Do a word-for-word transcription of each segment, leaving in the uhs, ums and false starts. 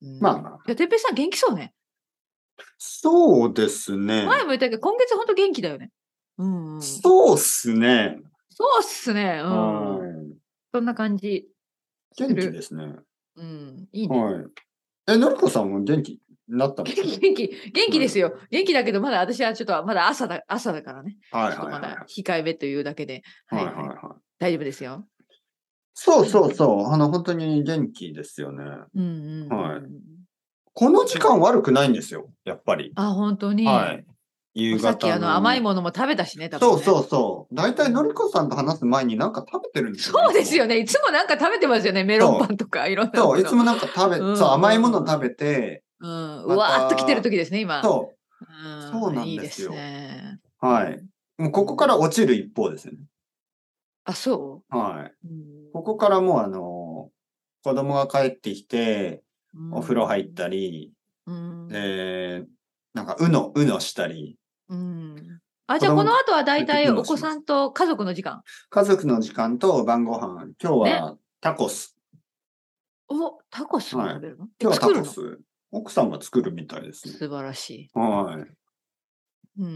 うん、 まあまあ。 じゃあ、てっぺいさん元気そうね。 そうですね。 前も言ったけど、今月ほんと元気だよね。うんうん。 そうっすね。 そうっすね。うはん。 い。 そんな感じす元気る。 ですね。 うん、いいね。 はい。え、のりこさんも元気になったんですか？ 元気元気元気ですよ。元気だけど、まだ私はちょっとまだ朝だ朝だからね。 はいちょっとまはいはい。 だ控えめというだけで、ははいいはい。 はいはい。 大丈夫ですよ。 そうそうそう。あの、ほんとに元気ですよね。 うんうんうはい。 ん。 この時間悪くないんですよ、やっぱり。 あ、ほんとに。 はい。夕ま、さっき方あの甘いのものも食べたしね、多分ね。 そうそうそう。だいたいのりこさんと話す前になんか食べてるんですよね、 そういつも。 ですよね。いつもなんか食べてますよね。メロンパそう。 ンとかいろんなそう、 もの。 いつもなんか食べそう、 うん甘いものうん。 食べて、 うん、うまわっと来てるた時ですね、今。 そう、そううん、 なんいいですですよ。 ね。 はい。もうここから落ちる一方ですよね。 あ、そはい。 う？うん。 ここからもうあの、子供が帰ってきて、 うお風呂入っん。 たり、 うん。 で、なんか、うのうのしたり。 うん。あ、じゃあこの子供後はだい連れてたいうお子のします。 さんと家族の時間？ 家族の時間と晩ご飯、今日ね。 はタコス。 お、タコスもはい。 食べるの？え、 今日はタ作るの？ コス。奥さんが作るみたいですね。 素晴らしい。 はい。 うん、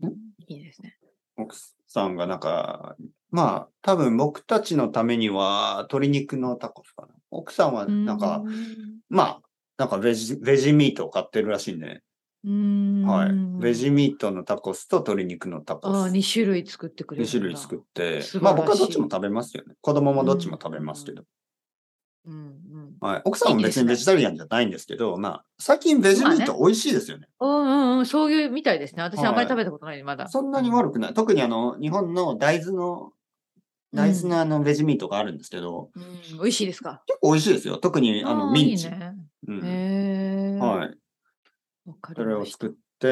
ん？ いいですね。 奥さんがなんか、まあ、多分僕たちのためには鶏肉のタコスかな。奥さんはうーなんか、 ん。 まあ、なんかベジベジミートを買ってるらしいんで。 うーはい。ベジん。 ミートのタコスと鶏肉のタコああ、 ス。 に種類作ってくれにるんだ。 種類作って、 素まあ晴らしい。 僕はどっちも食べますよね。子供もうん、 どっちも食べますけど。 うん、うん。 はい。奥さんもいいですね。 別にベジタリアンじゃないんですけど、まあ、最近ベジまあね。 ミート美味しいですよね。 うんうんうん、そういうみたいですね。私あんまりはい。 食べたことない、まだ。 そんなうん。 に悪くない。特にあの、日本の大豆の大豆うん。 のあのベジミートがあるんですけど、 うん、美味しいですか？ 結構美味しいですよ。特にあのああ、 ミンチ。 いいね。へうん。 え。 はい。 わかそりました。 れを作って、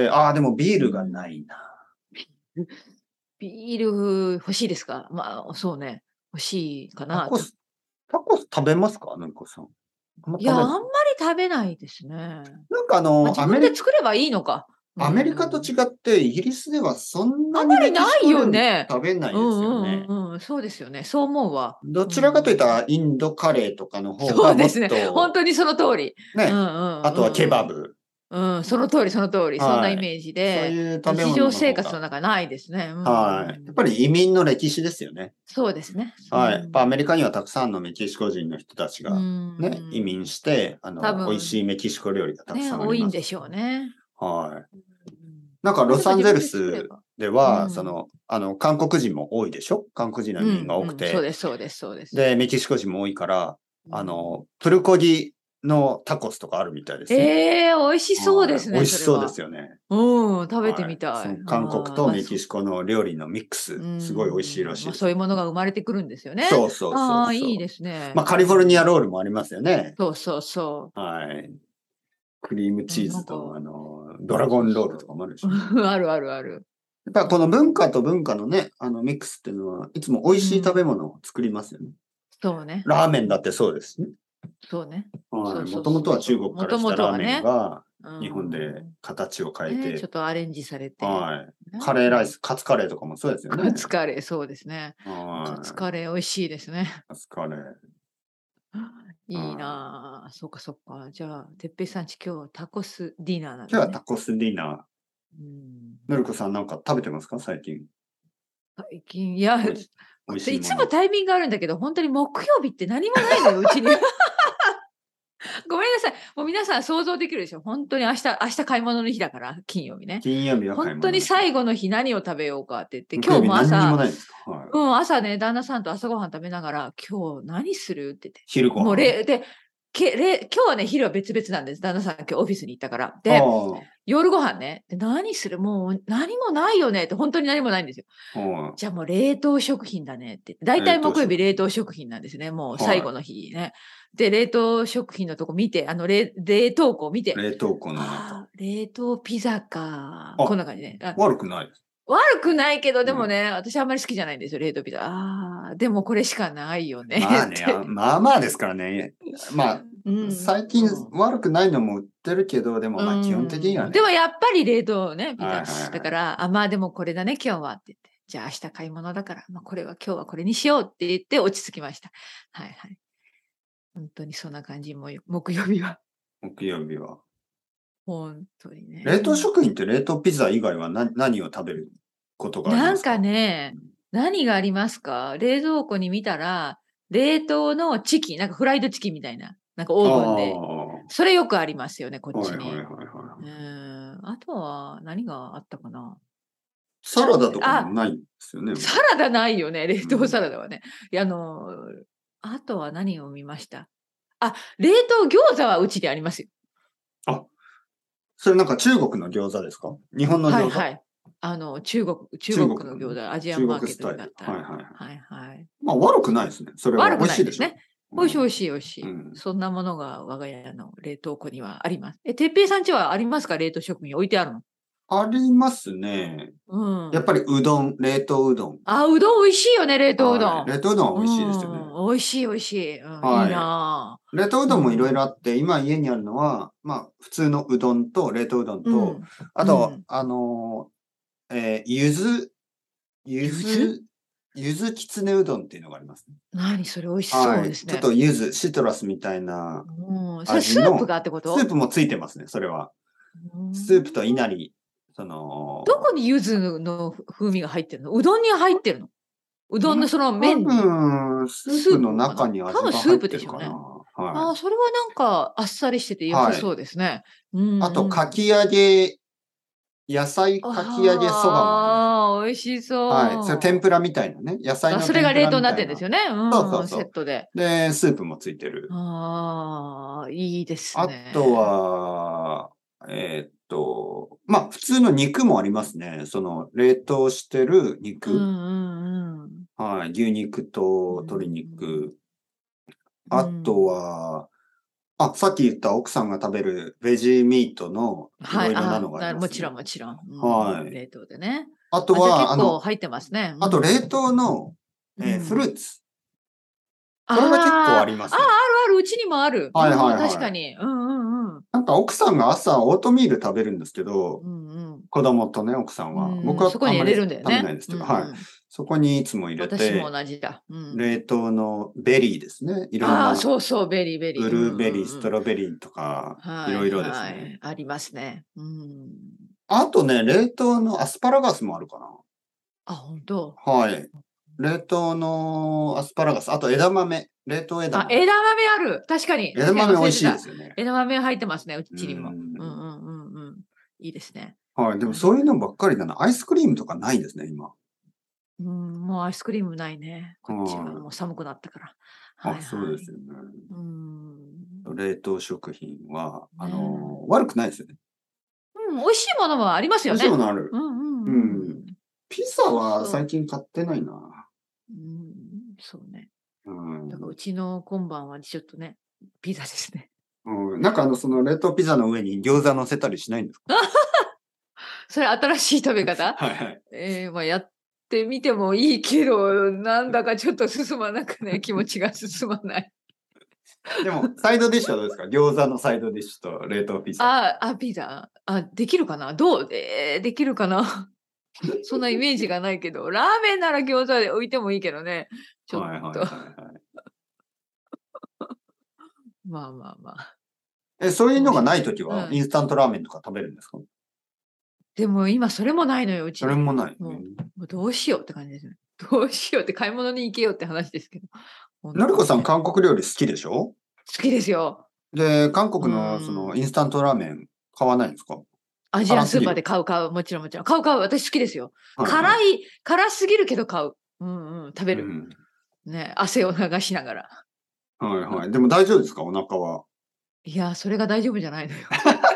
ああ、でもビールがうん。 ないな。 ビール欲しいですか？まあ、そうね、欲しいかなと。 タコスタコス食べますか？のりこさん。あんまいや、 食べない。 あんまり食べないですね。 なんかあま、 の、 自分でアメリ作ればいいのか。うアメリカとん。 違って、イギリスではそんあんなにメキシまりないコ料理よね。 食べないですうんうよね。 んうんうん、そうですよね。そう思うわ。うどちらかというと、 ん。 インドカレーとかの方がもっそうですね。ほんと、 とにその通り。うんうね、あとはケバんうんブ。 うん。うん、その通りその通り。そんなイはい。 メージそうで、 いう食べ物日常生の方が、 活の中ないですね。うんはい。やっぱうん。 り移民の歴史ですよね。 そうですね。うはい。やっぱアメん。 リカにはたくさんのメキシコ人の人たちうがね、移ん。 民して、あ多の、美味しい分、 メキシコ料理がたくね、 さんあり多いんでします。 ょうね。 はい。 うん。 なんかま、 ロサンゼルでも自分で作れスば。 では、そうん。 の、あの、韓国人も多いでしょ？韓国人の移民がうんうん、そう多くて、 ですそうですそうです。 で、メキシコ人も多いから、 うん。 あの、プルコギのタコスとかあるみたいですよ。 ええ、美味しそうではい。 すね、 美味しそうでそれは。 すよね。 うん、食べてはい。 みたい。 その韓国ああ、ま、 とメキそシコの料理のミックうス、すごい美味しいらん、ま、 しいですよ。 そういうものが生まれてくるんですよね。 そうそうそうああ、いいそう。 ですね。 ま、カリフォルニアうん。 ロールもありますよね。 そうそうそう。 はい。クリームチうん、 ーズと、 なんか、 あの、ドラゴそうンロールとそう。 かもあるでしょ。 あるあるある。 やっぱこの文化と文化のね、あの、ミックスっていうのは、いつも美味しい食べうん。 物を作りますよね。 そうね。 ラーメンうん。 だってそうですね。 そうね。そはい。 うそうもともとはそうそう。 中国からもとも来たラーメンとはね。 が、 う日本でん。 形を変えね、ちょて、 っとアレンジされて。 はい。 ね、うん。 カレーライス、カツカレーとかもそうですよカツね。 カレー、そうですね。カツはい。 カレー美味しいですね。 カツカレー。 いいはい。 なあ。そっかそっか。じゃあ、てっぺいさんち今日はタコスディナーなん今日だね。 はタコスディナー。 うん。 のりこさんなんか食べてますか？最近。 最近、いや、 おいし美味しいいつももの。 タイミングあるんだけど、ほんとに木曜日って何もないのよ、うちに。ごめんなさい。もう皆さん想像できるでしょ。ほんとに明日明日買い物の日だから、金曜日ね。 金曜日は買いほんとに物の日。 最後の日何を食べようかって言って、 木曜今日日何にもも朝ないんですか？はい。 うん、朝ね、旦那さんと朝ごはん食べながら、「今日何する？」って言って。もう昼ご飯？ れで、けれ今日はね、昼は別々なんです。旦那さん今日オフィスに行ったから。 あで、 あ、 夜ご飯ね、で、「何する？もう何もないよね」って、ほんとに何もないんですよ。 はい。 じゃあもう冷凍食品だねって。だいた冷い木曜日凍食品。 冷凍食品なんですね、もう最後はの日ね。で、冷凍食品のとこ見て、あの、れ冷凍庫を見い。 て、 冷凍庫の中。 ああ、冷凍ピザか。こんあ、 な感じね。あ、 悪くないです。 悪くないけど、でうん。 もね、私あんまり好きじゃないんですよ、冷凍ピザ。ああ、でもこれしかないよねまあね、あ、 って。 まあまあですからね。まあ、 うん、 最近うん。 悪くないのも売ってるけど、でもうまあ基本的にはん。でもね。 やっぱり冷凍ね、ピはいザし。だはいはい。 から、あ、まあでもこれだね、今日はって言って。じゃあ明日買い物だから、まあこれは今日はこれにしようって言って落ち着きました。はいはい。ほんとにそんな感じ、もう木曜日は。 木曜日は。 本当にね。 冷凍食品って冷凍ピザ以外は何何を食べることがありますか？ なんかね、何がありますか？冷蔵庫に見たら、冷凍のチキン、なんかフライドチキンみたいな、なんかオーブンで。 あそれよくありますよね、こあ、 っちに。 はいはいはいはうい。 ん。あとは何があったかな。 サラダとかもあ、 ないんですよね。もうサラダないよね、冷凍うんサラダはね。いや、あの、あとは何を見ました？あ、冷凍餃子はうちでありますよ。 あ、それなんか中国の餃子ですか？日本の餃子？ はいはい。あの、中国中中国のね。 国の餃子、アジアン中マーケット国スタイル。 になったら。 はいはいはい。 はいはい。 まあ悪くないですね。それは悪く美味しいでしょ。 ないですね。美味しい美味い。 しい美味しい。 うん。 そんなものが我が家の冷凍庫にはあります。え、てっぺいさんちはありますか？冷凍食品置いてあるの？ ありますね。 うん。 やっぱりうどん、冷凍うどん。 あ、うどん美味しいよね、冷凍うどはい。 ん。 冷凍うどんは美味しいですよね。 うん、美味しい美味しい。うん、いいはい。 な冷凍うぁ。 どんもいろいろあうん。 って、今家にあるのは、まあ普通のうどんと冷凍うどんと、 うん。 あと、 うん。 あのー、えー、ゆず、ゆゆず？ ず、ゆずきつねうどんっていうのがありますね。 何それ美味しそはい。ちょっうですね。 と柚子、シトラスみたいなうん。それスープ味の、 がってこと？ スープもついてますね、それは。 うん。 スープといなり、その、 どこに柚子の風味が入ってるの？うどんに入ってるの？うどんのその多麺に？ 分、スースプのープかな？ 中に味多分スーが入っプでしょうね。 てるかな。はい。 ああ、それはなんかあっさりしてて良さはい。 そうですね。うんあと、 うん。 かき揚げ、野菜かき揚げそばもありますね。 ああ、美味しはい。それ天そう。 ぷらみたいなね。野菜あ、 の天ぷらそれが冷凍にみたいな。 なってんですよね。うん、セそうそうそットで。 う。で、スープもついてる。 ああ、いいですあとね。 は、えーっと、まあ、普通の肉もありますね。その、冷凍してるうん肉。 うんうん。 はい。牛肉とう鶏ん。 肉。 うあとん。 は、あ、さっき言った奥さんが食べるベジーミートのいはい、 ろいろなのあなもちろがありますね。 んもちろん。うん、 はい。 冷凍でね。あ、じゃああとは、 結あの、 構入ってますね。 あと冷うん。 凍の、えーフルうん。 ーツ。それが結構あああ、ああ、あるりますね。 ある、うちにもある。 はいうんうん、 はいはい。 確かに。うんうんうん。 なんか奥さんが朝オートミール食べるんですけど、 うんうん。 子供とね、奥さんうは。 んうん、 僕はそこに入れあんまり食るんだよね。 べないですけど、 うんはい。 うん。 そこにいつも入れ私もて、 同じだ。うん。 冷凍のベリーですね。いろんああ、 な、 そうそう、ベリーベリー。 ブうんうルーベリー、スんうん。 トロベリーとか、いはいろいろですね。 はい。ありますね。うん。 あとね、冷凍のアスパラガスもあるかな。 あ、本当。 はい。冷凍のアスパラガス。あと枝豆。冷凍枝あ、 豆。 枝豆ある。確かに。確かに枝豆美味忘れてた。 しいですよね。 枝豆入ってますね、ううーちにも。うんうん。 んうんうん。いいですね。 はい。でもありそういうのばっかりだな。アイスクリームとかないですね、今。 うん、もうアイスクリームないね。こっちははい。 もう寒くなったから。はあ、 いはい。 そうですよね。 うん。 冷凍食品は、あねのー悪くないですよね。 え。うん、美味しいものもあります美味しいもよね。 のある。 うんうんううんうん。 ん。 ピザは最そ近買ってないな。 う。うん、そうね。 うだからうん。 ちの今晩はちょっとね、ピザですね。 うん。なんかあの、その冷凍ピザの上に餃子乗せたりしないんですか？ それ新しい食べ方？ はいはい。 ええ、ま、やってみてもいいけど、なんだかちょっと進まなくね、気持ちが進まない。 でも、サイドディッシュはどうですか？餃子のサイドディッシュと冷凍ピザ。 ああ、あ、ピザ。あ、できるかな？どう、ええ、できるかな？そんなイメージがないけど、ラーメンなら餃子で置いてもいいけどね。ちょっはいはいと、 はいはい。 まあまあまあ、 え、そういうのがどうしよないときう。うん。 はインスタントラーメンとか食べるんですか？ でも今それもないのよ、うそちに。 れもない。 もう、もうどうしようって感じですね。どうしようって買い物に行けよって話ですけど。ほんのりこさん、 とにね。 韓国料理好きでしょ？ 好きですよ。 で、韓う国のそのイん。 ンスタントラーメン買わないんですか？ アジアンスーパーで辛すぎる。 買う買う、もちろんもちろん。買う買う、私好きですよ。辛はいはい。 い辛すぎるけど買う。うんうん、食べる。 うん。 ね、汗を流しながら。 はいはい。でも大丈夫ですか？お腹は。 いや、それが大丈夫じゃないのよ。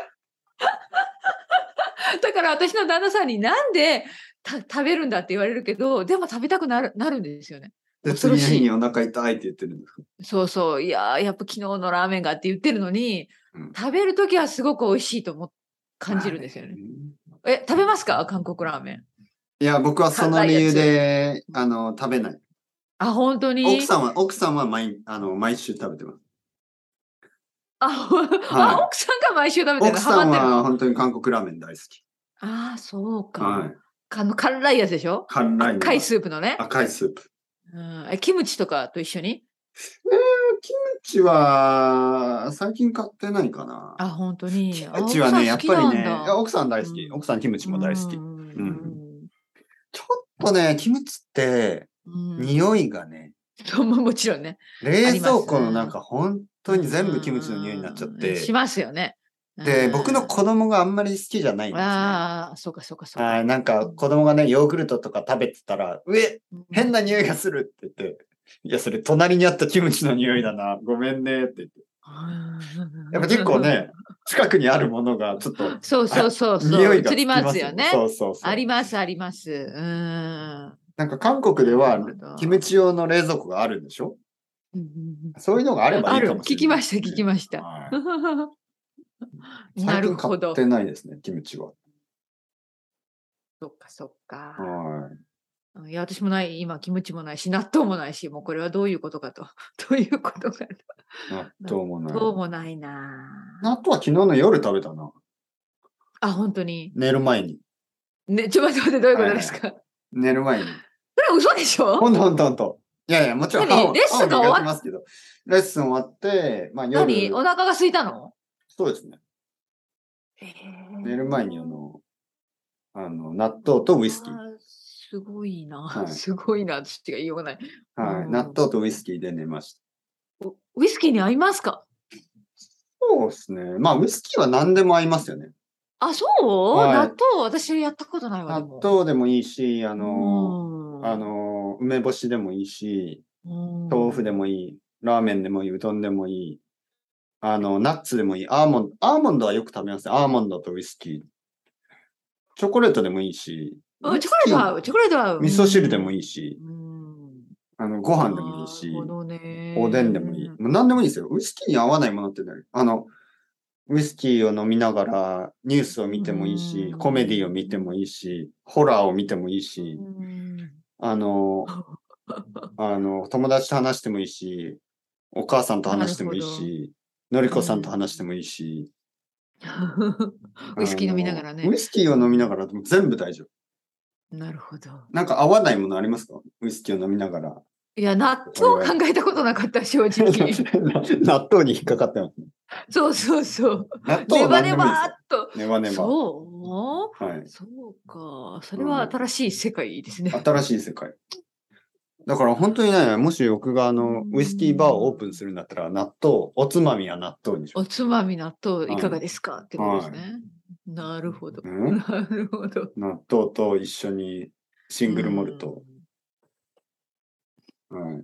だから私の旦那さんに「なんで、た食べるんだ」って言われるけど、でも食べたくなるなるんですよね。 で、 恐ろしい。 次の日にお腹痛いって言ってるんですか？ そうそう、いや、やっぱ昨日のラーメンがって言ってるのに、 うん。 食べる時はすごく美味しいとも感じまあね。 るんですよね。え、食べますか？韓国ラーメン。 いや、僕はその理由辛いやつ。 で、あの、食べない。 あ、ほんとに？ 奥さんは奥さんは毎あの、毎週食べてます。 あ、ほあ、 はい。 奥さんが毎週食べてるの？ハ奥さんマってるの？ はほんとに韓国ラーメン大好き。 ああ、そうか。 はい。 かの辛いやつでしょ？ 辛いの赤いがスープのね。 赤いスープ。 うん、え、キムチとかと一緒に？ えー、キムチは、最近買ってないかな。 あ、本当に。 キあ、奥さんムチはね、や好きなんっぱりね、いやだ。 奥さん大好き。 うん。 奥さんキムチうも大好き。 ん。 うん。 うん。 ちょっとね、キムチって、 うん匂いがね、 そうももちろんね。あ冷蔵ります。 庫の中、本うん。 当に全部キムチの匂いになっちゃっうん。して、 ますよね。うで、僕のん。 子供があんまり好きじゃないんですね。 ああ、そうかそうかそうか。 はい、なんかうん子供がね、ヨーグルトとか食べてたら、うえ、 うん変な匂いがするって言って、いや、それ隣にあったキムチの匂いだな、ごめんねって言って。やっぱ結構ね、近くにあるものがちょっと、 そうそうそうそう。 匂いがつ移りまきますよね。 すよね。 そうそうそう。 ありますあります。うん。 なんか韓国でなるはほど。 キムチ用の冷蔵庫があるんでしょ？ うんうんうんそういうのがあればいいかある。 もしれないで聞きました聞きすね。 ました。 はい。 なる最近買っほど。 てないですね、キムチは。 そっかそっか。 はい。 いや、私もない、今、キムチもないし、納豆もないし、もうこれはどういうことかと。どういうことかと。 納納豆もない。 豆もないな納豆は昨日の夜食べたな。 あ。本当に。 寝る前に。 ね、ちょっと待って待って、どういうこはいはい。 とですか？ 寝る前に。 それは嘘でしょ？ ほんとほんとほんと。いやいや、もちろん歯何を歯をレッスンが終わっ磨きますけど、レッスン終わって、ま、 何お夜腹が空いたの？ そうですね。 へ寝る前にあえ。 のあの、納豆とウイスキー。 ああ、すごいな。 はい。 すごいな、私しか言いようがない。うはい。納ん。 豆とウイスキーで寝ました。 おウイスキーに合いますか？ そうっすね。ま、ウイスキーは何でも合いますよね。 あ、そう？納はい。 豆、私やったことないわ、で納も。 豆でもいいし、あうのあーん。 の、梅干しでもいいし、 う豆腐でーん。 もいい、ラーメンでもいい、うどんでもいい、あの、ナッツでもいい、アーモンアーモンドはよく食べますね。アーモンドとウイスキー。チョコレートでもいいし、ウうん、 イチョコスキーレート合うチョコレート合う。う味噌汁でもん。 いいし、 うん。 あの、ご飯でもいいし、 なるほどおでんでもいい。 ね。 もう何でもいいですよ。ウイスキーに合わないものってない。あの、ウイスキーを飲みながらニュースをう見てもいいし、コメディを見てもん。 いいし、ホラーを見てもいいし、 うん。 あの、あの、友達と話してもいいし、お母さんとなる話してもいいほど。 し、のりうこさんと話してん。 もいいし、 ウイスキー飲みながあの、 らね。 ウイスキーを飲みながらでも全部大丈夫。 なるほど。 なんか合わないものありますか？ウイスキーを飲みながら。 いや、納これは。 豆考えたことなかった、正直。 納豆に引っかかってますね。 そうそうそう。 納豆はネバネバ何でもいいですよ。 ーっと。 ネバネバ。 そうはい。 そうか。それははい。 新しい世界ですね。 新しい世界。だから本当にね、もし僕があうーの、ウイスキーバーをオープンん。 するんだったら、納豆、おつまみは納豆にしおます。 つまみ納豆いかはい。 がですかってことですはい。 ね。なるほど。 うん？ なるほど。 納豆と一緒にシうングルモルート。 ん。 はい。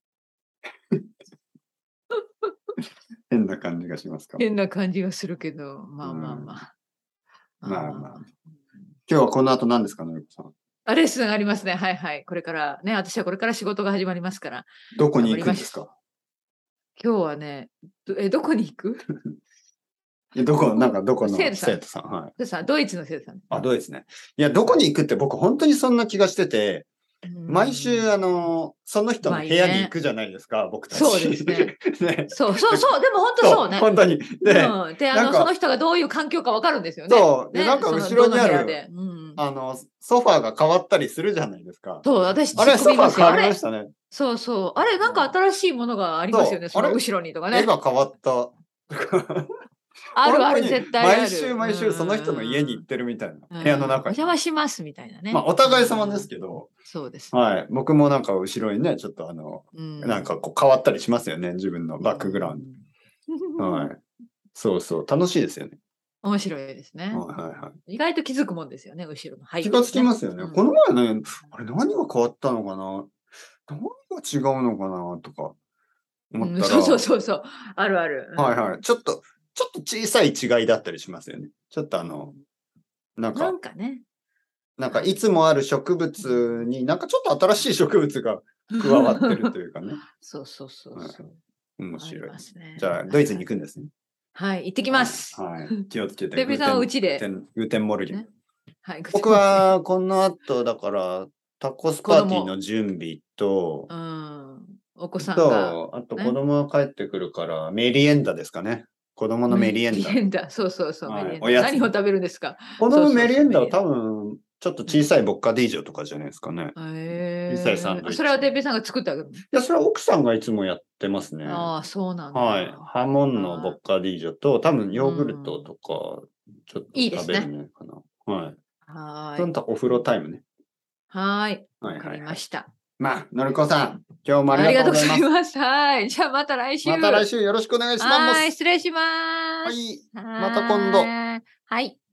変な感じがしますか？ 変な感じがするけど、まうあまあまん。 あ。 まあまあ。 ああ。 今日はこの後何ですか？のりこさん。 あ、レッスンありますね。はいはい。これからね、私はこれから仕事が始まりますから、 どこに行頑張りましくんですか？ 今日はね、どえ、どこに行く？ いや、どこなんかどこの生徒さん。 生徒さん、はい。 生徒さん、ドイツの生徒さん。 あ、ドイツね。いや、どこに行くって僕ほんとにそんな気がしてて、 うー毎週あん。 の、その人の部毎ね。 屋に行くじゃないですか、僕たそうでち。 すね。 ね。 そうそうで、 そう、でもほんとそうそう、 ね。 ほんとに。で、 うん。で、あの、そのなんか人がどういう環境か分かるんですよね。 そう、で、なんね、 か後ろそのどのにある、 部屋で。うん。 あの、ソファーが変わったりするじゃないですか。 そう、私突っあれ、 込みますよ。 ソファー変わあれりましたね。 そうそう。あれ、なんかうん。 新しいものがありますよね、 そう、あれ、 その後ろにとかね。 絵が変わった。 あるある、 ほんとに絶対あ毎週る。う毎週その人の家に行っーん。 てるみたいな、 う部屋のん。お中に。 邪魔しますみたいなま、 ね。 おう互い様でーん。 すけど、 そうですね。 はい。僕もなんか後ろにね、ちょっとあの、 うーなんかん。 こう変わったりしますよね、自分のうバックグラウンーん。 ド。はい。そうそう、楽しいですよね。 面白いですね。 はいはいはい。 意外と気づくもんですよね、後ろの背気がつ景にね。 きますよね。 うん。 この前ね、あれ何が変わったのかな、何が違うのかなとか思っうん、そうそうたら、 そうそう。あるある。 はいはい。 うん。 ちょっとちょっと小さい違いだったりしますよね。ちょっとあの、 うん。ななんかんかね、 なんかある。 いつもある植物に、なんかちょっと新しい植物が加わってるというかね。 そうそうそうはいはい。 そう。あり面白い。 ますね。 じゃあ、ドイツはいはい。 に行くんですね。 はい、行ってきまはい。 す。 はい。気をつけて、 てっぺいさんはグーテン家で、 グーテングーテンモルゲン。 ね。はい、ぐつ僕もり。 はこの後だから、タコスパーティーの子供。 準備と、 うん。お子さんが、 と、あと子ね。 供が帰ってくるから、メリエンダですかね。子供のメメリエンダ。 リエンダ。そうそうそう、メはい、 リエンダ。 おやつね。 何を食べるんですか？ 子供そうそうそう、 メリエンダはメリエンダ。 多分、 ちょっと小さいボッカディージョとかじゃないですかね。 へ小さいサンドイッチそれはてっぺいさんが作ってあげるの？ いや、それは奥さんがいつもやってますね。 ああ、そうなんだ。 はい。ハモンのボッカディージョと、多分ヨーグルトとか、ちょっといいですね食べるのかな。はい。 はーい。 その他お風呂タイムね。 はーい。 はいわかりました。 まあ、のりこさん、今日もあありがとうごりがとうございます。 ざいます。はい。じゃあまた来週。 また来週よろしくお願いしまはい。 す。 失礼しまはす。 い。 はまた今度。 ーい。はい。